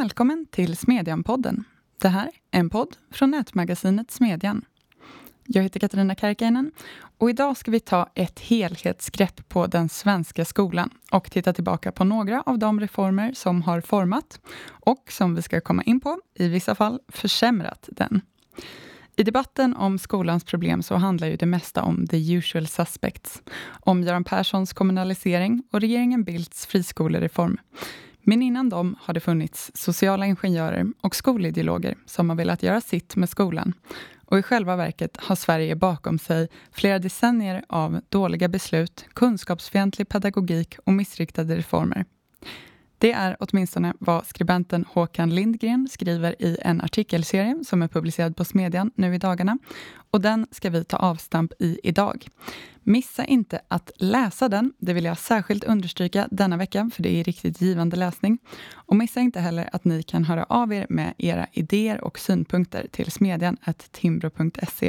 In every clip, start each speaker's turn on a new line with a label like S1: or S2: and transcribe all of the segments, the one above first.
S1: Välkommen till Smedjan-podden. Det här är en podd från nätmagasinet Smedjan. Jag heter Katarina Kärkkäinen och idag ska vi ta ett helhetsgrepp på den svenska skolan och titta tillbaka på några av de reformer som har format och som vi ska komma in på, i vissa fall försämrat den. I debatten om skolans problem så handlar ju det mesta om the usual suspects, om Göran Perssons kommunalisering och regeringen Bildts friskolereform. Men innan dem har det funnits sociala ingenjörer och skolideologer som har velat göra sitt med skolan. Och i själva verket har Sverige bakom sig flera decennier av dåliga beslut, kunskapsfientlig pedagogik och missriktade reformer. Det är åtminstone vad skribenten Håkan Lindgren skriver i en artikelserie som är publicerad på Smedjan nu i dagarna. Och den ska vi ta avstamp i idag. Missa inte att läsa den, det vill jag särskilt understryka denna vecka för det är riktigt givande läsning. Och missa inte heller att ni kan höra av er med era idéer och synpunkter till smedjan@timbro.se.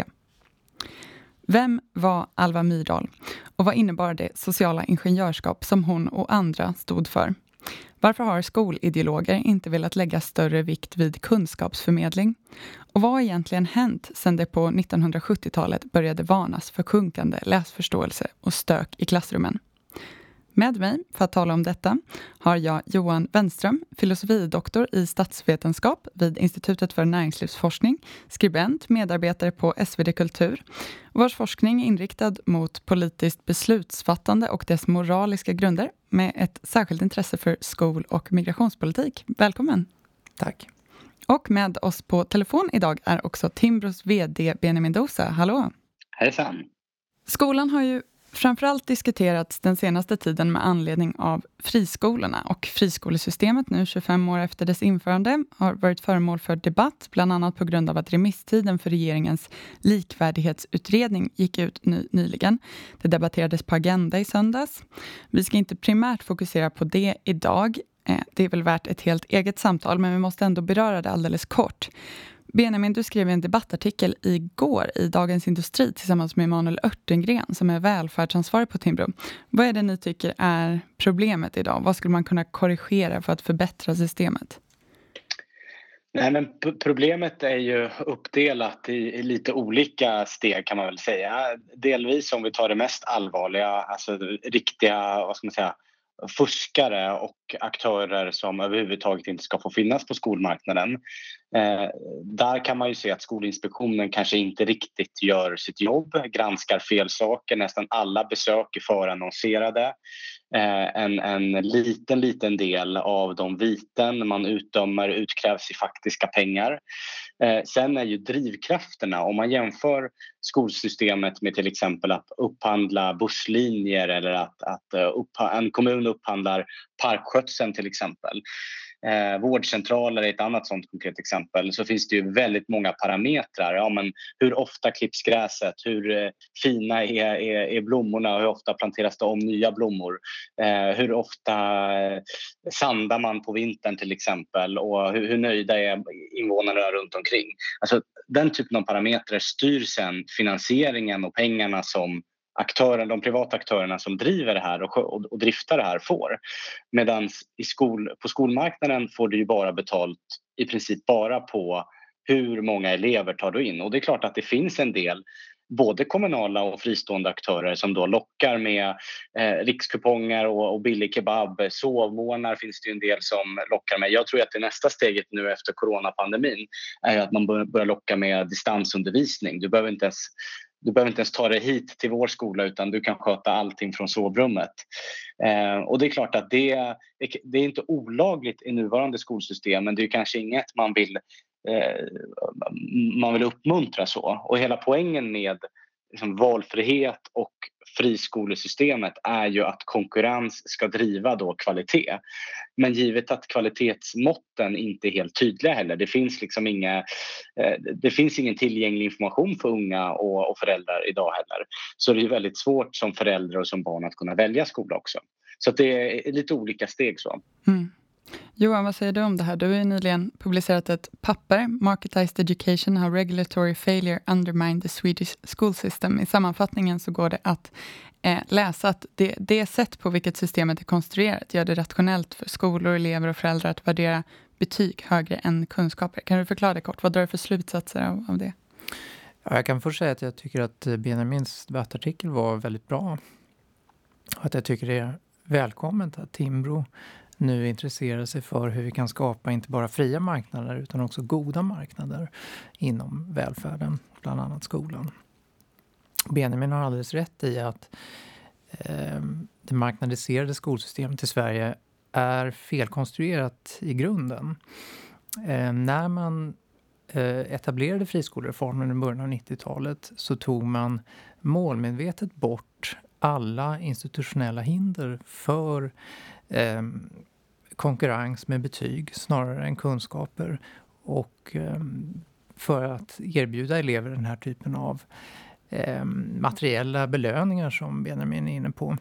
S1: Vem var Alva Myrdal och vad innebar det sociala ingenjörskap som hon och andra stod för? Varför har skolideologer inte velat lägga större vikt vid kunskapsförmedling? Och vad har egentligen hänt sedan det på 1970-talet började varnas för sjunkande läsförståelse och stök i klassrummen? Med mig för att tala om detta har jag Johan Wenström, filosofidoktor i statsvetenskap vid Institutet för näringslivsforskning, skribent, medarbetare på SvD Kultur, vars forskning är inriktad mot politiskt beslutsfattande och dess moraliska grunder med ett särskilt intresse för skol- och migrationspolitik. Välkommen!
S2: Tack.
S1: Och med oss på telefon idag är också Timbros vd Benjamin Dosa. Hallå!
S3: Hejsan!
S1: Skolan har ju framförallt diskuterats den senaste tiden med anledning av friskolorna och friskolesystemet nu 25 år efter dess införande har varit föremål för debatt bland annat på grund av att remisstiden för regeringens likvärdighetsutredning gick ut nyligen. Det debatterades på Agenda i söndags. Vi ska inte primärt fokusera på det idag. Det är väl värt ett helt eget samtal men vi måste ändå beröra det alldeles kort. Benjamin, du skrev en debattartikel igår i Dagens Industri tillsammans med Emanuel Örtengren som är välfärdsansvarig på Timbro. Vad är det ni tycker är problemet idag? Vad skulle man kunna korrigera för att förbättra systemet?
S3: Nej, men problemet är ju uppdelat i lite olika steg kan man väl säga. Delvis om vi tar det mest allvarliga, alltså riktiga, vad ska man säga, fuskare och aktörer som överhuvudtaget inte ska få finnas på skolmarknaden. Där kan man ju se att Skolinspektionen kanske inte riktigt gör sitt jobb, granskar fel saker, nästan alla besök är förannonserade. En liten del av de viten man utdömer utkrävs i faktiska pengar. Sen är ju drivkrafterna, om man jämför skolsystemet med till exempel att upphandla busslinjer eller att en kommun upphandlar parkskötseln till exempel. Vårdcentraler är ett annat sådant konkret exempel, så finns det ju väldigt många parametrar. Ja, men hur ofta klipps gräset? Hur fina är blommorna? Och hur ofta planteras det om nya blommor? Hur ofta sandar man på vintern till exempel? Och hur nöjda är invånarna runt omkring? Alltså, den typen av parametrar styr sen finansieringen och pengarna som de privata aktörerna som driver det här och driftar det här får. Medan på skolmarknaden får du ju bara betalt i princip bara på hur många elever tar du in. Och det är klart att det finns en del både kommunala och fristående aktörer som då lockar med rikskuponger och billig kebab. Sovmånar finns det ju en del som lockar med. Jag tror att det nästa steget nu efter coronapandemin är att man börjar locka med distansundervisning. Du behöver inte ens ta dig hit till vår skola utan du kan sköta allting från sovrummet. Och det är klart att det är inte olagligt i nuvarande skolsystem men det är kanske inget man vill uppmuntra så. Och hela poängen med liksom valfrihet och friskolesystemet är ju att konkurrens ska driva då kvalitet. Men givet att kvalitetsmåtten inte är helt tydliga heller, det finns ingen tillgänglig information för unga och föräldrar idag heller. Så det är väldigt svårt som förälder och som barn att kunna välja skola också. Så att det är lite olika steg så.
S1: Mm. Johan, vad säger du om det här? Du har ju nyligen publicerat ett papper, Marketized Education, How Regulatory Failure Undermined the Swedish School System. I sammanfattningen så går det att läsa att det sätt på vilket systemet är konstruerat gör det rationellt för skolor, elever och föräldrar att värdera betyg högre än kunskaper. Kan du förklara det kort? Vad drar du för slutsatser av det?
S2: Ja, jag kan först säga att jag tycker att Benjamins debattartikel var väldigt bra. Att jag tycker det är välkommet att Timbro nu intresserar sig för hur vi kan skapa inte bara fria marknader utan också goda marknader inom välfärden, bland annat skolan. Benjamin har alldeles rätt i att det marknadiserade skolsystemet i Sverige är felkonstruerat i grunden. När man etablerade friskolereformen i början av 90-talet så tog man målmedvetet bort alla institutionella hinder för konkurrens med betyg snarare än kunskaper och för att erbjuda elever den här typen av materiella belöningar som Benjamin är inne på.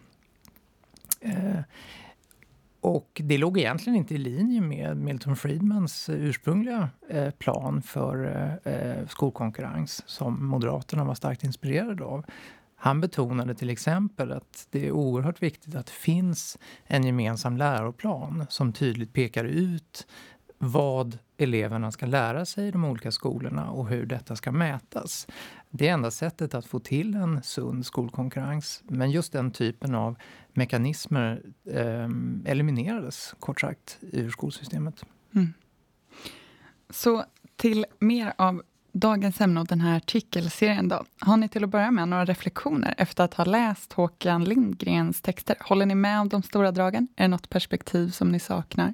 S2: Och det låg egentligen inte i linje med Milton Friedmans ursprungliga plan för skolkonkurrens som Moderaterna var starkt inspirerade av. Han betonade till exempel att det är oerhört viktigt att det finns en gemensam läroplan som tydligt pekar ut vad eleverna ska lära sig i de olika skolorna och hur detta ska mätas. Det är enda sättet att få till en sund skolkonkurrens. Men just den typen av mekanismer eliminerades kort sagt ur skolsystemet.
S1: Mm. Så till mer av dagens ämne och den här artikelserien då. Har ni till att börja med några reflektioner efter att ha läst Håkan Lindgrens texter? Håller ni med om de stora dragen? Är det något perspektiv som ni saknar?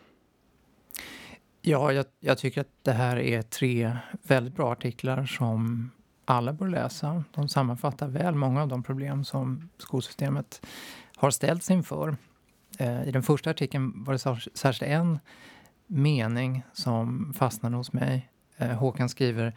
S2: Ja, jag tycker att det här är 3 väldigt bra artiklar som alla bör läsa. De sammanfattar väl många av de problem som skolsystemet har ställts inför. I den första artikeln var det särskilt en mening som fastnade hos mig. Håkan skriver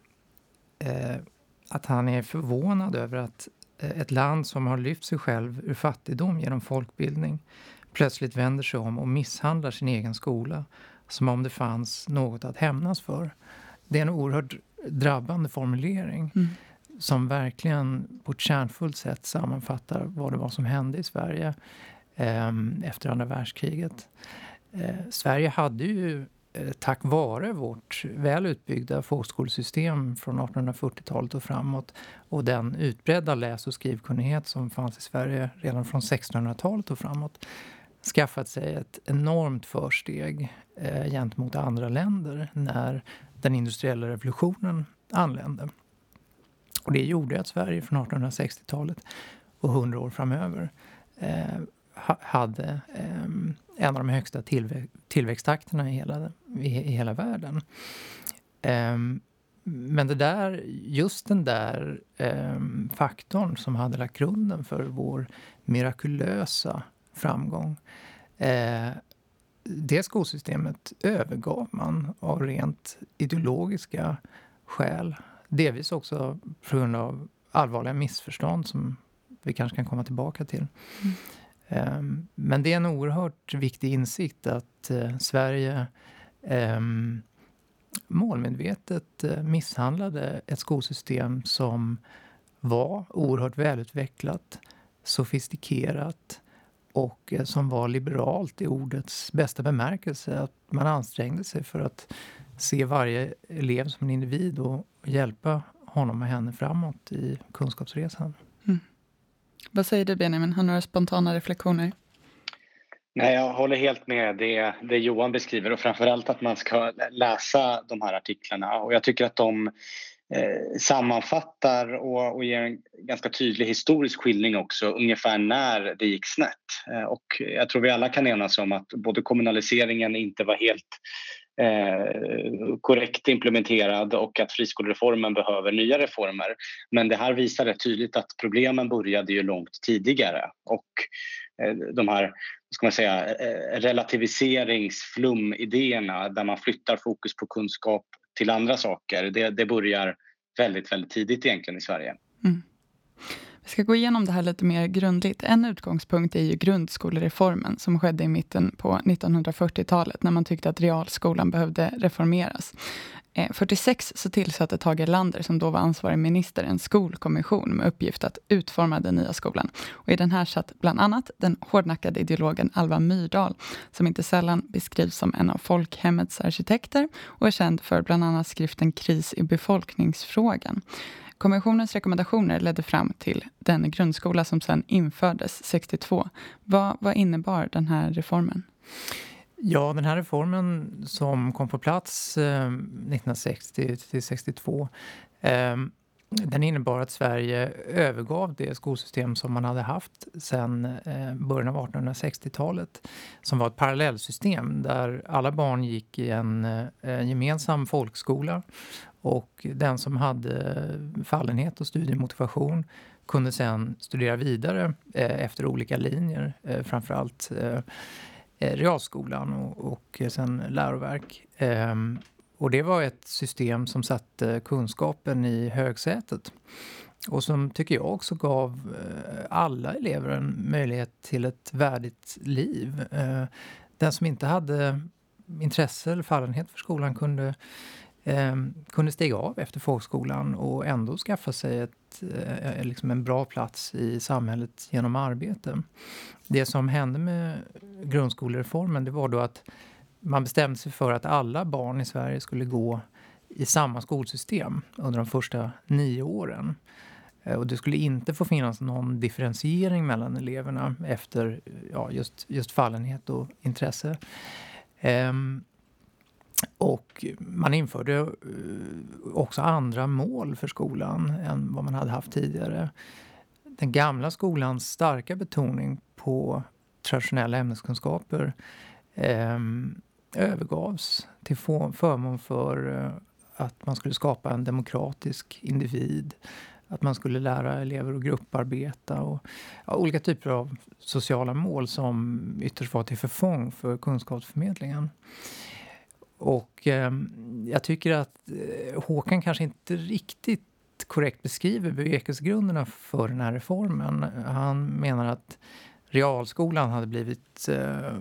S2: att han är förvånad över att ett land som har lyft sig själv ur fattigdom genom folkbildning plötsligt vänder sig om och misshandlar sin egen skola som om det fanns något att hämnas för. Det är en oerhört drabbande formulering som verkligen på ett kärnfullt sätt sammanfattar vad det var som hände i Sverige efter andra världskriget. Sverige hade ju tack vare vårt väl utbyggda folkskolesystem från 1840-talet och framåt och den utbredda läs- och skrivkunnighet som fanns i Sverige redan från 1600-talet och framåt skaffat sig ett enormt försteg gentemot andra länder när den industriella revolutionen anlände. Och det gjorde att Sverige från 1860-talet och 100 år framöver hade en av de högsta tillväxttakterna i hela världen. Men just den där faktorn som hade lagt grunden för vår mirakulösa framgång, det skolsystemet övergav man av rent ideologiska skäl. Delvis också på grund av allvarliga missförstånd som vi kanske kan komma tillbaka till. Men det är en oerhört viktig insikt att Sverige målmedvetet misshandlade ett skolsystem som var oerhört välutvecklat, sofistikerat och som var liberalt i ordets bästa bemärkelse. Att man ansträngde sig för att se varje elev som en individ och hjälpa honom och henne framåt i kunskapsresan.
S1: Vad säger du, Benjamin? Har du några spontana reflektioner?
S3: Nej, jag håller helt med det Johan beskriver och framförallt att man ska läsa de här artiklarna. Och jag tycker att de sammanfattar och ger en ganska tydlig historisk skildring också ungefär när det gick snett. Och jag tror vi alla kan enas om att både kommunaliseringen inte var helt korrekt implementerad och att friskolereformen behöver nya reformer. Men det här visar rätt tydligt att problemen började ju långt tidigare och de här, ska man säga, relativiseringsflumidéerna där man flyttar fokus på kunskap till andra saker, det börjar väldigt, väldigt tidigt egentligen i Sverige.
S1: Jag ska gå igenom det här lite mer grundligt. En utgångspunkt är ju grundskolereformen som skedde i mitten på 1940-talet när man tyckte att realskolan behövde reformeras. 46 så tillsatte Tage Erlander, som då var ansvarig minister, en skolkommission med uppgift att utforma den nya skolan. Och i den här satt bland annat den hårdnackade ideologen Alva Myrdal, som inte sällan beskrivs som en av folkhemmets arkitekter och är känd för bland annat skriften Kris i befolkningsfrågan. Kommissionens rekommendationer ledde fram till den grundskola som sedan infördes 62. Vad innebar den här reformen?
S2: Ja, den här reformen som kom på plats 1960 till 62, den innebar att Sverige övergav det skolsystem som man hade haft sedan början av 1860-talet, som var ett parallellsystem där alla barn gick i en gemensam folkskola, och den som hade fallenhet och studiemotivation kunde sedan studera vidare efter olika linjer, framförallt realskolan och sen läroverk. Och det var ett system som satte kunskapen i högsätet och som, tycker jag, också gav alla elever en möjlighet till ett värdigt liv. Den som inte hade intresse eller fallenhet för skolan kunde stiga av efter folkskolan och ändå skaffa sig liksom en bra plats i samhället genom arbete. Det som hände med grundskolereformen, det var då att man bestämde sig för att alla barn i Sverige skulle gå i samma skolsystem under de första 9 åren. Och det skulle inte få finnas någon differentiering mellan eleverna efter just fallenhet och intresse. Och man införde också andra mål för skolan än vad man hade haft tidigare. Den gamla skolans starka betoning på traditionella ämneskunskaper övergavs till förmån för att man skulle skapa en demokratisk individ, att man skulle lära elever att grupparbeta och olika typer av sociala mål som ytterst var till förfång för kunskapsförmedlingen. Och jag tycker att Håkan kanske inte riktigt korrekt beskriver bevekelsegrunderna för den här reformen. Han menar att realskolan hade blivit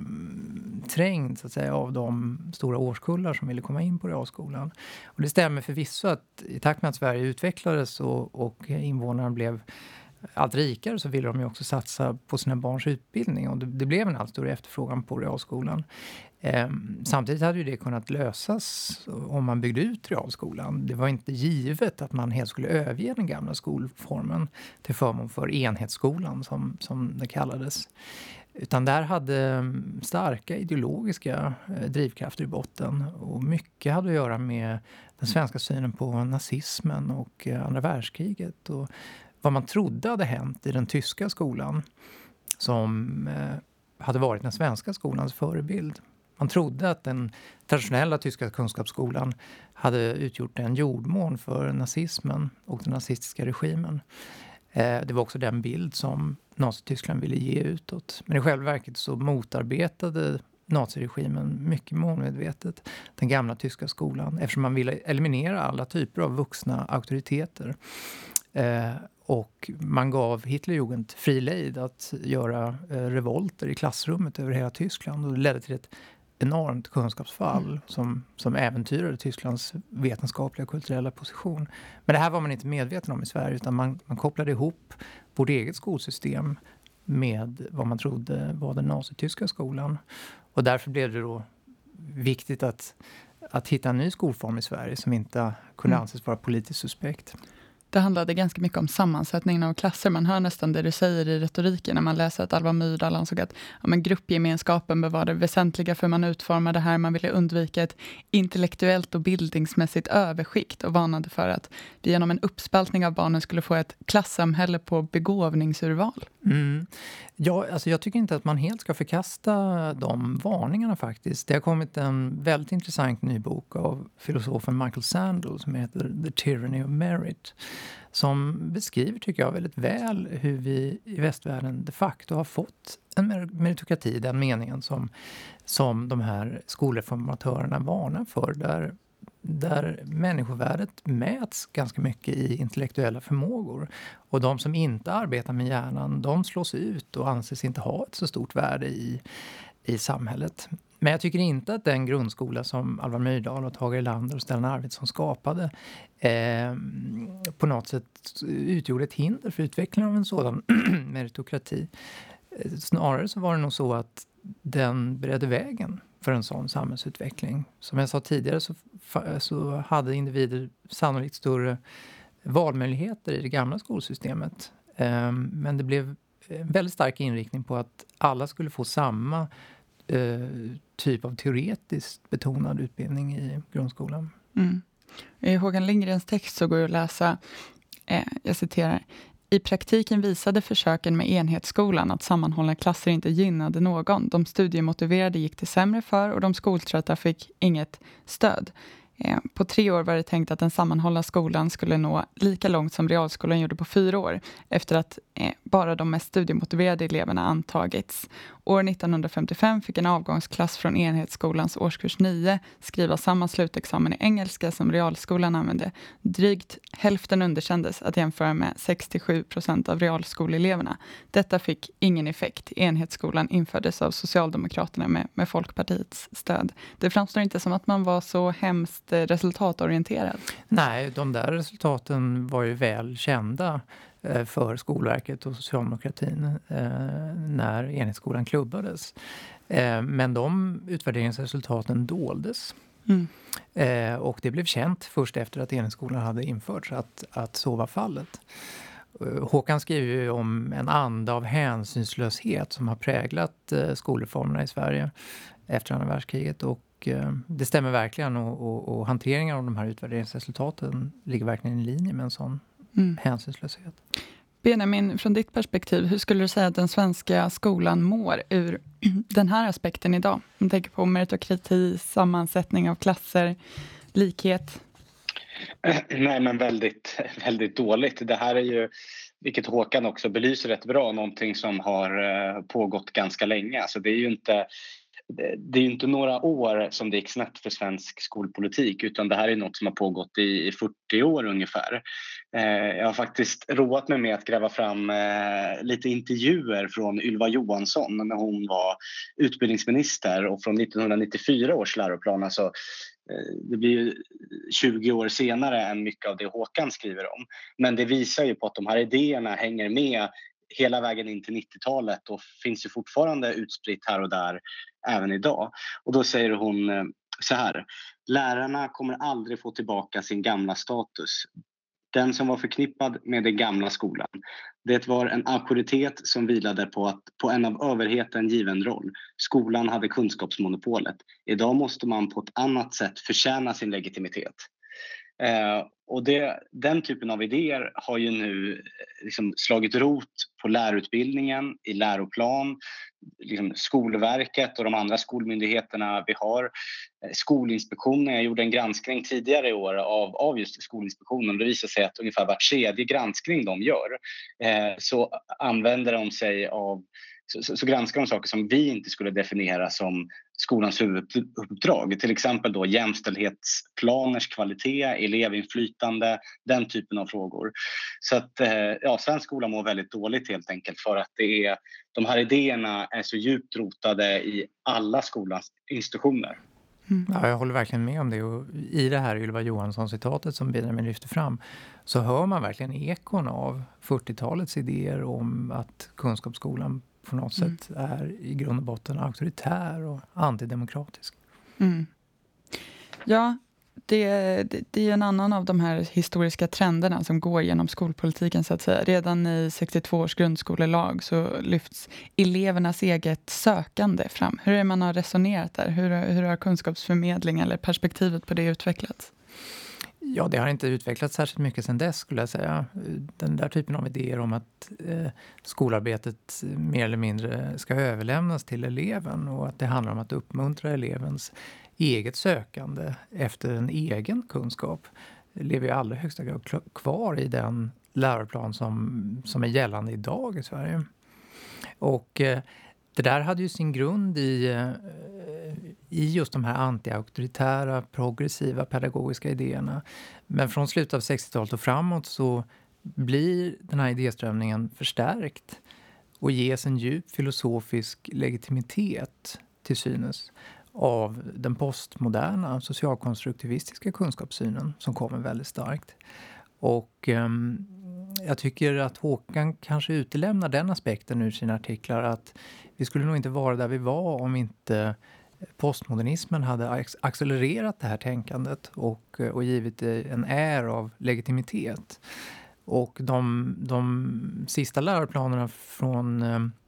S2: trängd, så att säga, av de stora årskullar som ville komma in på realskolan. Och det stämmer förvisso att i takt med att Sverige utvecklades och invånarna blev allt rikare, så ville de ju också satsa på sina barns utbildning, och det blev en allt större efterfrågan på realskolan. Samtidigt hade ju det kunnat lösas om man byggde ut realskolan. Det var inte givet att man helt skulle överge den gamla skolformen till förmån för enhetsskolan som det kallades. Utan där hade starka ideologiska drivkrafter i botten, och mycket hade att göra med den svenska synen på nazismen och andra världskriget och vad man trodde hade hänt i den tyska skolan som hade varit den svenska skolans förebild. Man trodde att den traditionella tyska kunskapsskolan hade utgjort en jordmån för nazismen och den nazistiska regimen. Det var också den bild som Nazityskland ville ge utåt. Men i själva verket så motarbetade naziregimen mycket målmedvetet den gamla tyska skolan, eftersom man ville eliminera alla typer av vuxna auktoriteter. Och man gav Hitlerjugend fri lejd att göra revolter i klassrummet över hela Tyskland, och det ledde till ett enormt kunskapsfall som äventyrade Tysklands vetenskapliga och kulturella position. Men det här var man inte medveten om i Sverige, utan man kopplade ihop vårt eget skolsystem med vad man trodde var den nazityska skolan. Och därför blev det då viktigt att hitta en ny skolform i Sverige som inte kunde anses vara politiskt suspekt.
S1: Det handlade ganska mycket om sammansättningen av klasser. Man hör nästan det du säger i retoriken när man läser att Alva Myrdal ansåg att gruppgemenskapen bör vara det väsentliga för man utformade det här. Man ville undvika ett intellektuellt och bildningsmässigt överskikt och varnade för att det genom en uppspaltning av barnen skulle få ett klassamhälle på begåvningsurval.
S2: Ja, alltså jag tycker inte att man helt ska förkasta de varningarna faktiskt. Det har kommit en väldigt intressant ny bok av filosofen Michael Sandel som heter The Tyranny of Merit, som beskriver, tycker jag, väldigt väl hur vi i västvärlden de facto har fått en meritokrati i den meningen som de här skolreformatörerna varnar för, där där människovärdet mäts ganska mycket i intellektuella förmågor. Och de som inte arbetar med hjärnan, de slås ut och anses inte ha ett så stort värde i samhället. Men jag tycker inte att den grundskola som Alva Myrdal och Tage Erlander och Stellan Arvidsson skapade på något sätt utgjorde ett hinder för utvecklingen av en sådan meritokrati. Snarare så var det nog så att den beredde vägen för en sån samhällsutveckling. Som jag sa tidigare så hade individer sannolikt större valmöjligheter i det gamla skolsystemet. Men det blev en väldigt stark inriktning på att alla skulle få samma typ av teoretiskt betonad utbildning i grundskolan.
S1: I Håkan Lindgrens text så går det att läsa, jag citerar: "I praktiken visade försöken med enhetsskolan att sammanhållna klasser inte gynnade någon. De studiemotiverade gick det sämre för och de skoltrötta fick inget stöd. På 3 år var det tänkt att den sammanhållna skolan skulle nå lika långt som realskolan gjorde på 4 år, efter att bara de mest studiemotiverade eleverna antagits. År 1955 fick en avgångsklass från enhetsskolans årskurs 9 skriva samma slutexamen i engelska som realskolan använde. Drygt hälften underkändes, att jämföra med 67% av realskoleeleverna. Detta fick ingen effekt. Enhetsskolan infördes av Socialdemokraterna med Folkpartiets stöd." Det framstår inte som att man var så hemskt resultatorienterad.
S2: Nej, de där resultaten var ju väl kända för Skolverket och socialdemokratin när enhetsskolan klubbades. Men de utvärderingsresultaten doldes. Och det blev känt först efter att enhetsskolan hade införts att så var fallet. Håkan skriver ju om en anda av hänsynslöshet som har präglat skolreformerna i Sverige efter andra världskriget, och det stämmer verkligen, och hanteringen av de här utvärderingsresultaten ligger verkligen i linje med en sån hänsynslöshet.
S1: Benjamin, från ditt perspektiv, hur skulle du säga att den svenska skolan mår ur den här aspekten idag? Man tänker på meritokrati, sammansättning av klasser, likhet.
S3: Nej, men väldigt, väldigt dåligt. Det här är ju, vilket Håkan också belyser rätt bra, någonting som har pågått ganska länge. Alltså det är ju inte några år som det gick snett för svensk skolpolitik, utan det här är något som har pågått i 40 år ungefär. Jag har faktiskt roat mig med att gräva fram lite intervjuer från Ylva Johansson när hon var utbildningsminister, och från 1994 års läroplan. Alltså, det blir ju 20 år senare än mycket av det Håkan skriver om. Men det visar ju på att de här idéerna hänger med hela vägen in till 90-talet och finns ju fortfarande utspritt här och där även idag. Och då säger hon så här: "Lärarna kommer aldrig få tillbaka sin gamla status. Den som var förknippad med den gamla skolan. Det var en auktoritet som vilade på en av överheten given roll. Skolan hade kunskapsmonopolet. Idag måste man på ett annat sätt förtjäna sin legitimitet." Och den typen av idéer har ju nu liksom slagit rot på lärarutbildningen, i läroplan, liksom Skolverket och de andra skolmyndigheterna vi har. Skolinspektionen, jag gjorde en granskning tidigare i år av just Skolinspektionen. Det visar sig att ungefär var tredje granskning de gör så använder de sig av så granskar de saker som vi inte skulle definiera som skolans huvuduppdrag. Till exempel då jämställdhetsplaners kvalitet, elevinflytande, den typen av frågor. Så att svensk skola mår väldigt dåligt helt enkelt, för att de här idéerna är så djupt rotade i alla skolans institutioner.
S2: Ja, jag håller verkligen med om det, och i det här Ylva Johansson-citatet som Benjamin lyfter fram så hör man verkligen ekon av 40-talets idéer om att kunskapsskolan på något sätt är i grund och botten auktoritär och antidemokratisk.
S1: Ja, det är en annan av de här historiska trenderna som går genom skolpolitiken så att säga. Redan i 62 års grundskolelag så lyfts elevernas eget sökande fram. Hur är man har resonerat där? Hur har kunskapsförmedling eller perspektivet på det utvecklats?
S2: Ja, det har inte utvecklats särskilt mycket sedan dess, skulle jag säga. Den där typen av idéer om att skolarbetet mer eller mindre ska överlämnas till eleven och att det handlar om att uppmuntra elevens eget sökande efter en egen kunskap lever i allra högsta grad kvar i den läroplan som är gällande idag i Sverige. Och det där hade ju sin grund i just de här anti-auktoritära, progressiva pedagogiska idéerna. Men från slutet av 60-talet och framåt så blir den här idéströmningen förstärkt och ges en djup filosofisk legitimitet till synes av den postmoderna socialkonstruktivistiska kunskapssynen som kommer väldigt starkt. Och jag tycker att Håkan kanske utelämnar den aspekten ur sina artiklar, att vi skulle nog inte vara där vi var om inte postmodernismen hade accelererat det här tänkandet och givit det en av legitimitet. Och de sista läroplanerna från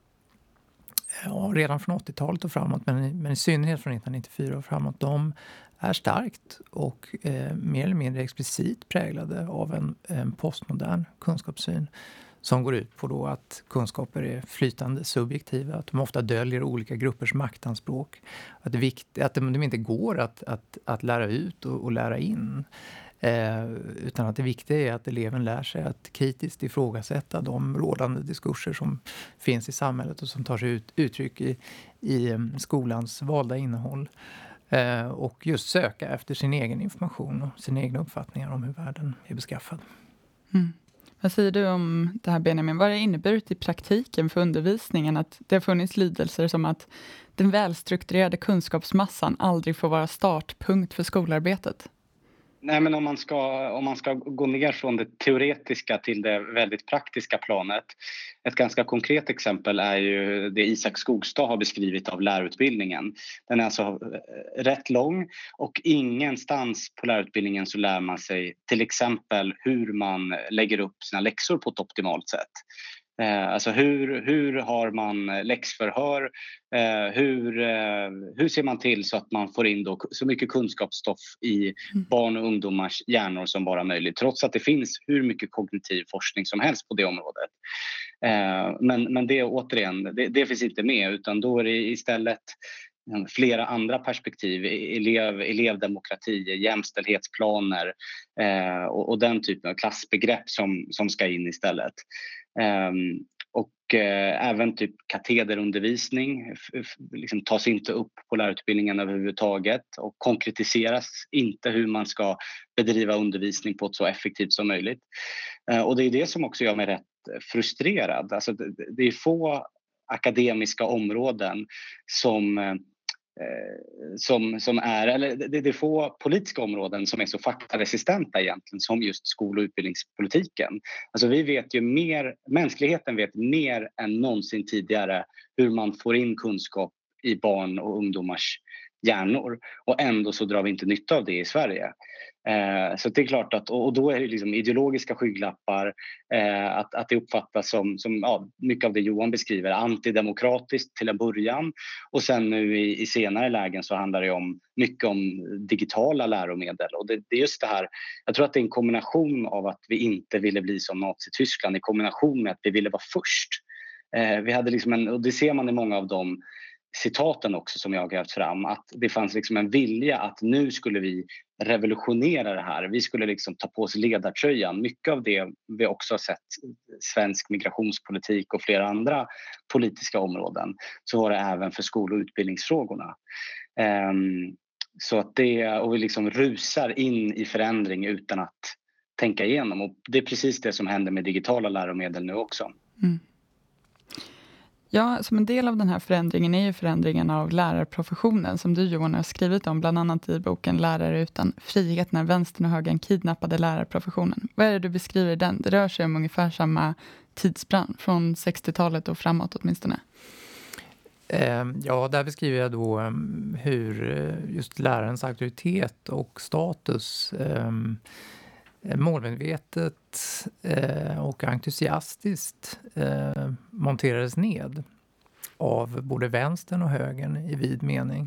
S2: redan från 80-talet och framåt, men i synnerhet från 1994 och framåt, de är starkt och mer eller mindre explicit präglade av en postmodern kunskapssyn som går ut på då att kunskaper är flytande subjektiva, att de ofta döljer olika gruppers maktanspråk, att de inte går att lära ut och lära in. Utan att det viktiga är att eleven lär sig att kritiskt ifrågasätta de rådande diskurser som finns i samhället och som tar sig uttryck i skolans valda innehåll. Och just söka efter sin egen information och sina egna uppfattningar om hur världen är beskaffad.
S1: Mm. Vad säger du om det här, Benjamin? Vad har det inneburit i praktiken för undervisningen att det har funnits lydelser som att den välstrukturerade kunskapsmassan aldrig får vara startpunkt för skolarbetet?
S3: Nej, men om man ska gå ner från det teoretiska till det väldigt praktiska planet. Ett ganska konkret exempel är ju det Isak Skogstad har beskrivit av lärarutbildningen. Den är alltså rätt lång och ingenstans på lärarutbildningen så lär man sig till exempel hur man lägger upp sina läxor på ett optimalt sätt. Alltså hur har man läxförhör, hur ser man till så att man får in då så mycket kunskapsstoff i barn och ungdomars hjärnor som bara möjligt, trots att det finns hur mycket kognitiv forskning som helst på det området. Men det återigen, det finns inte med, utan då är det istället flera andra perspektiv, elevdemokrati, jämställdhetsplaner och den typen av klassbegrepp som ska in istället. Och även typ katederundervisning liksom tas inte upp på lärarutbildningen överhuvudtaget och konkretiseras inte hur man ska bedriva undervisning på ett så effektivt som möjligt. Och det är det som också gör mig rätt frustrerad. Alltså det är få akademiska områden som är, eller det är få politiska områden som är så faktaresistenta egentligen som just skol- och utbildningspolitiken. Alltså vi vet ju mer, mänskligheten vet mer än någonsin tidigare hur man får in kunskap i barn och ungdomars hjärnor, och ändå så drar vi inte nytta av det i Sverige. Så det är klart att, och då är det liksom ideologiska skygglappar, att det uppfattas som mycket av det Johan beskriver, antidemokratiskt till en början, och sen nu i senare lägen så handlar det mycket om digitala läromedel, och det är just det här, jag tror att det är en kombination av att vi inte ville bli som Nazityskland i kombination med att vi ville vara först. Vi hade liksom och det ser man i många av de citaten också som jag har grävt fram, att det fanns liksom en vilja att nu skulle vi revolutionera det här. Vi skulle liksom ta på oss ledartröjan. Mycket av det vi också har sett svensk migrationspolitik och flera andra politiska områden, så var det även för skol- och utbildningsfrågorna. Så att och vi liksom rusar in i förändring utan att tänka igenom, och det är precis det som händer med digitala läromedel nu också. Mm.
S1: Ja, som en del av den här förändringen är ju förändringen av lärarprofessionen som du, Johan, har skrivit om, bland annat i boken Lärare utan frihet, när vänstern och högern kidnappade lärarprofessionen. Vad är det du beskriver i den? Det rör sig om ungefär samma tidsspann, från 60-talet och framåt åtminstone.
S2: Ja, där beskriver jag då hur just lärarens auktoritet och status målmedvetet och entusiastiskt monterades ned av både vänstern och högern i vid mening.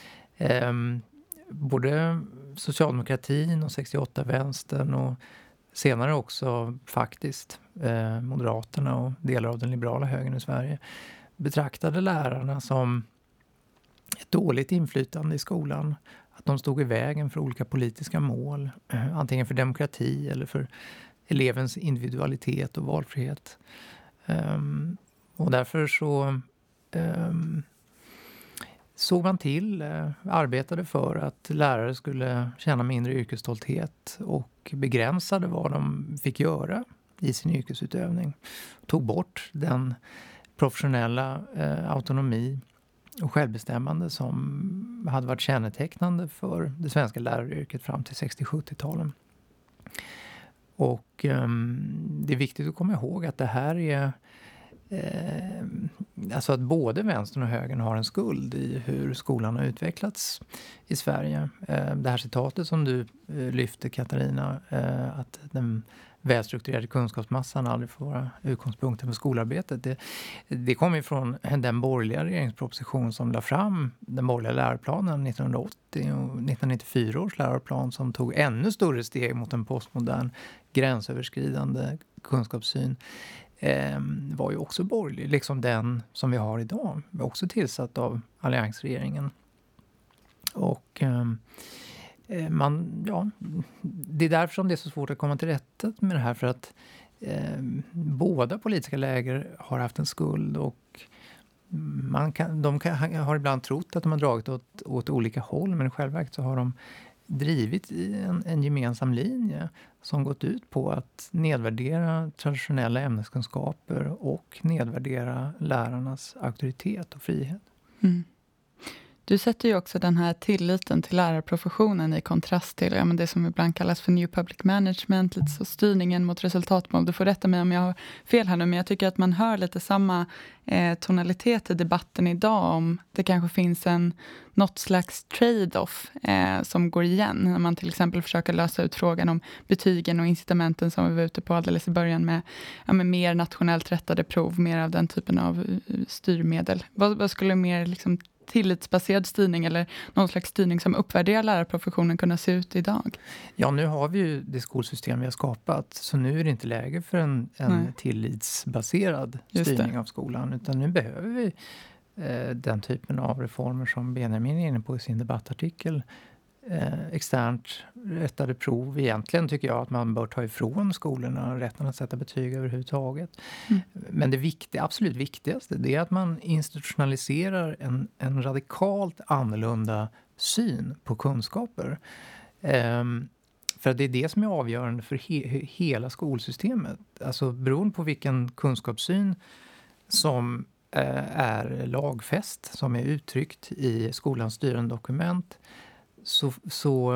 S2: Både socialdemokratin och 68-vänstern och senare också faktiskt Moderaterna och delar av den liberala högern i Sverige betraktade lärarna som ett dåligt inflytande i skolan. Att de stod i vägen för olika politiska mål, antingen för demokrati eller för elevens individualitet och valfrihet. Och därför så såg man till, arbetade för att lärare skulle känna mindre yrkesstolthet och begränsade vad de fick göra i sin yrkesutövning. Tog bort den professionella autonomi och självbestämmande som hade varit kännetecknande för det svenska läraryrket fram till 60-70-talen. Och det är viktigt att komma ihåg att det här är alltså att både vänstern och högern har en skuld i hur skolan har utvecklats i Sverige. Det här citatet som du lyfte, Katarina, att den välstrukturerade kunskapsmassan aldrig får vara utgångspunkten för skolarbetet. Det kommer från den borgerliga regeringsproposition som la fram den borgerliga läroplanen 1980 och 1994 års läroplan som tog ännu större steg mot en postmodern gränsöverskridande kunskapssyn. Var ju också borgerlig, liksom den som vi har idag. Var också tillsatt av alliansregeringen. Och det är därför som det är så svårt att komma till rätta med det här, för att båda politiska läger har haft en skuld och de har ibland trott att de har dragit åt olika håll, men i själva verket så har de drivit i en gemensam linje som gått ut på att nedvärdera traditionella ämneskunskaper och nedvärdera lärarnas auktoritet och frihet.
S1: Mm. Du sätter ju också den här tilliten till lärarprofessionen i kontrast till det som ibland kallas för New Public Management, lite så styrningen mot resultatmål. Du får rätta mig om jag har fel här nu, men jag tycker att man hör lite samma tonalitet i debatten idag om det kanske finns något slags trade-off som går igen när man till exempel försöker lösa ut frågan om betygen och incitamenten som vi var ute på alldeles i början med mer nationellt rättade prov, mer av den typen av styrmedel. Vad skulle mer liksom tillitsbaserad styrning eller någon slags styrning som uppvärderar lärarprofessionen kunna se ut idag?
S2: Ja, nu har vi ju det skolsystem vi har skapat, så nu är det inte läge för en tillitsbaserad styrning av skolan, utan nu behöver vi den typen av reformer som Benjamin är inne på i sin debattartikel. Externt rättade prov. Egentligen tycker jag att man bör ta ifrån skolorna rätten att sätta betyg överhuvudtaget. Men det absolut viktigaste, det är att man institutionaliserar en radikalt annorlunda syn på kunskaper. För det är det som är avgörande för hela skolsystemet. Alltså beroende på vilken kunskapssyn som är lagfäst, som är uttryckt i skolans styrande dokument, så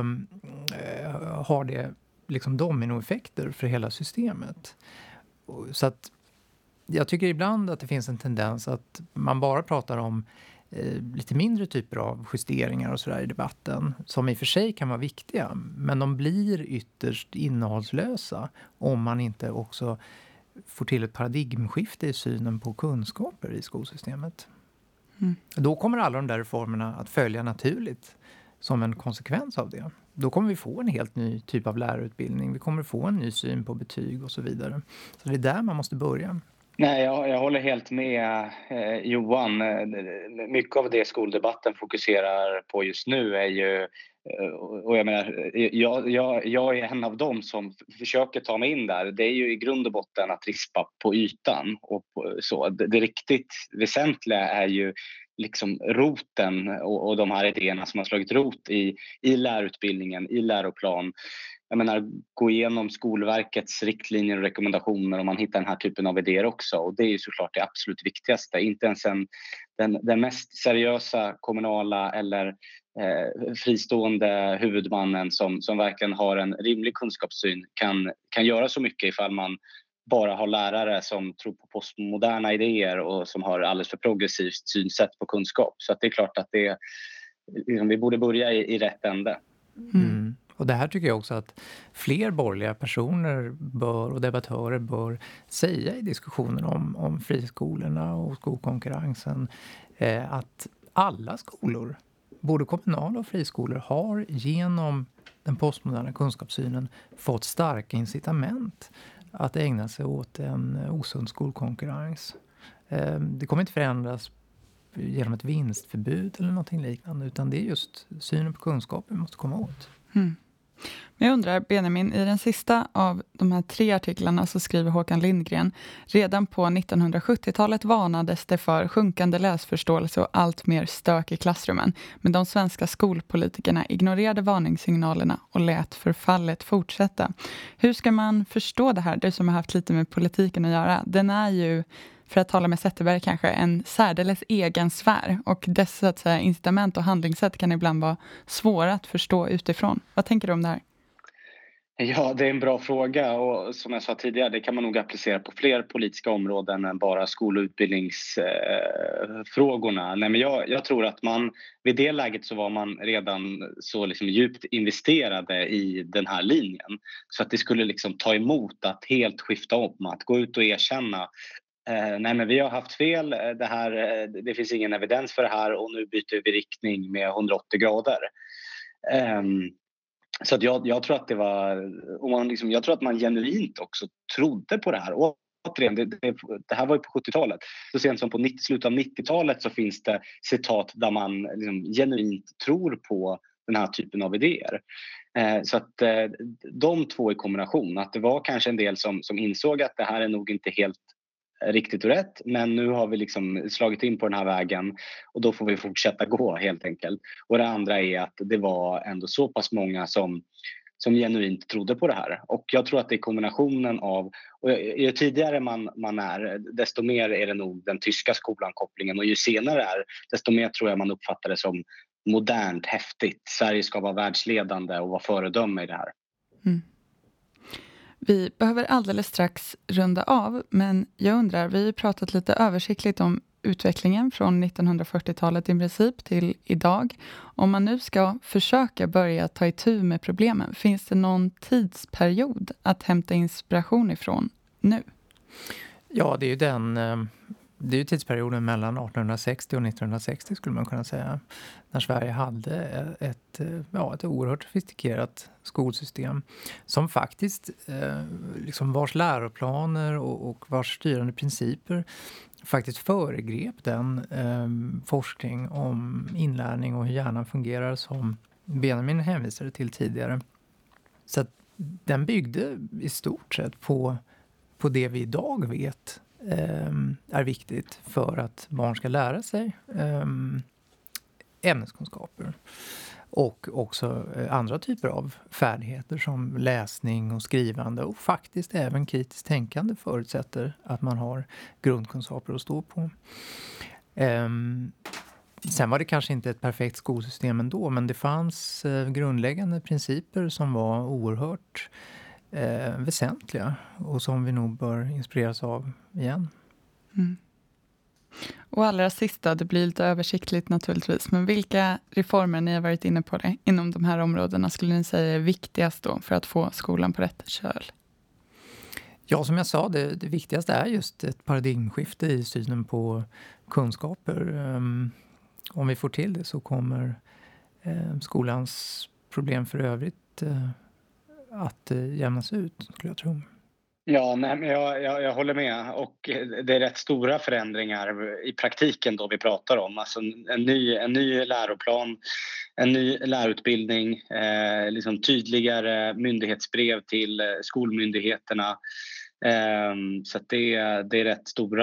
S2: har det liksom dominoeffekter för hela systemet. Så att jag tycker ibland att det finns en tendens att man bara pratar om lite mindre typer av justeringar och sådär i debatten, som i och för sig kan vara viktiga, men de blir ytterst innehållslösa om man inte också får till ett paradigmskifte i synen på kunskaper i skolsystemet. Då kommer alla de där reformerna att följa naturligt som en konsekvens av det. Då kommer vi få en helt ny typ av lärarutbildning. Vi kommer få en ny syn på betyg och så vidare. Så det är där man måste börja.
S3: Nej, jag håller helt med Johan. Mycket av det skoldebatten fokuserar på just nu är ju, och jag menar, jag är en av dem som försöker ta mig in där. Det är ju i grund och botten att rispa på ytan. Och så. Det riktigt väsentliga är ju liksom roten och de här idéerna som har slagit rot i lärarutbildningen, i läroplan. Jag menar, gå igenom Skolverkets riktlinjer och rekommendationer om man hittar den här typen av idéer också. Och det är ju såklart det absolut viktigaste. Inte ens den mest seriösa kommunala eller fristående huvudmannen som verkligen har en rimlig kunskapssyn kan göra så mycket ifall man bara har lärare som tror på postmoderna idéer och som har alldeles för progressivt synsätt på kunskap. Så att det är klart att vi borde börja i rätt ände.
S2: Mm. Och det här tycker jag också att fler borgerliga personer och debattörer bör säga i diskussionen om friskolorna och skolkonkurrensen. Att alla skolor, både kommunala och friskolor, har genom den postmoderna kunskapssynen fått starka incitament att ägna sig åt en osund skolkonkurrens. Det kommer inte förändras genom ett vinstförbud eller någonting liknande, utan det är just synen på kunskap vi måste komma åt.
S1: Men jag undrar, Benjamin, i den sista av de här 3 artiklarna så skriver Håkan Lindgren: redan på 1970-talet varnades det för sjunkande läsförståelse och allt mer stök i klassrummen. Men de svenska skolpolitikerna ignorerade varningssignalerna och lät förfallet fortsätta. Hur ska man förstå det här, du som har haft lite med politiken att göra? Den är ju, för att tala med Zetterberg kanske, en särdeles egen sfär. Och dess så att säga, incitament och handlingssätt kan ibland vara svåra att förstå utifrån. Vad tänker du om det här?
S3: Ja, det är en bra fråga och som jag sa tidigare, det kan man nog applicera på fler politiska områden än bara skol- och utbildningsfrågorna. Nej, men jag tror att man vid det läget så var man redan så liksom djupt investerade i den här linjen. Så att det skulle liksom ta emot att helt skifta om, att gå ut och erkänna nej, men vi har haft fel, det finns ingen evidens för det här och nu byter vi riktning med 180 grader. Så att jag tror att det var, jag tror att man genuint också trodde på det här. Och återigen, det här var ju på 70-talet. Så sent som på slutet av 90-talet så finns det citat där man liksom genuint tror på den här typen av idéer. Så att de två i kombination, att det var kanske en del som insåg att det här är nog inte helt riktigt och rätt, men nu har vi liksom slagit in på den här vägen och då får vi fortsätta gå helt enkelt. Och det andra är att det var ändå så pass många som genuint trodde på det här. Och jag tror att det är kombinationen av, och ju tidigare man är, desto mer är det nog den tyska skolan kopplingen, och ju senare är, desto mer tror jag man uppfattar det som modernt, häftigt. Sverige ska vara världsledande och vara föredöme i det här.
S1: Mm. Vi behöver alldeles strax runda av, men jag undrar, vi har pratat lite översiktligt om utvecklingen från 1940-talet i princip till idag. Om man nu ska försöka börja ta itu med problemen, finns det någon tidsperiod att hämta inspiration ifrån nu?
S2: Ja, det är ju tidsperioden mellan 1860 och 1960 skulle man kunna säga. När Sverige hade ett oerhört sofistikerat skolsystem som faktiskt liksom vars läroplaner och vars styrande principer faktiskt föregrep den forskning om inlärning och hur hjärnan fungerar som Benjamin hänvisade till tidigare. Så att den byggde i stort sett på det vi idag vet är viktigt för att barn ska lära sig ämneskunskaper och också andra typer av färdigheter som läsning och skrivande, och faktiskt även kritiskt tänkande förutsätter att man har grundkunskaper att stå på. Sen var det kanske inte ett perfekt skolsystem ändå, men det fanns grundläggande principer som var oerhört väsentliga och som vi nog bör inspireras av igen.
S1: Mm. Och allra sista, det blir lite översiktligt naturligtvis, men vilka reformer ni har varit inne på det inom de här områdena skulle ni säga är viktigast då för att få skolan på rätt köl?
S2: Ja, som jag sa, det viktigaste är just ett paradigmskifte i synen på kunskaper. Om vi får till det så kommer skolans problem för övrigt att jämnas ut, skulle jag tro.
S3: Ja, nej, men jag håller med, och det är rätt stora förändringar i praktiken då vi pratar om. Alltså en ny läroplan, en ny lärarutbildning, liksom tydligare myndighetsbrev till skolmyndigheterna. Så att det är rätt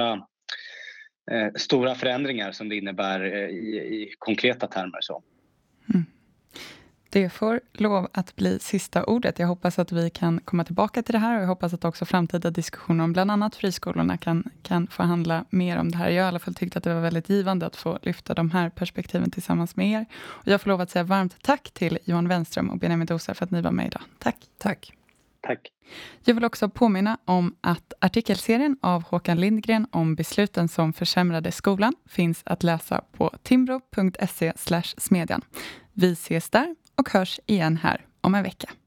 S3: stora förändringar som det innebär i konkreta termer. Så.
S1: Mm. Det får lov att bli sista ordet. Jag hoppas att vi kan komma tillbaka till det här, och jag hoppas att också framtida diskussioner om bland annat friskolorna kan få handla mer om det här. Jag har i alla fall tyckt att det var väldigt givande att få lyfta de här perspektiven tillsammans med er. Och jag får lov att säga varmt tack till Johan Wenström och Benjamin Dosa för att ni var med idag. Tack.
S2: Tack.
S3: Tack.
S1: Jag vill också påminna om att artikelserien av Håkan Lindgren om besluten som försämrade skolan finns att läsa på timbro.se/smedjan. Vi ses där och hörs igen här om en vecka.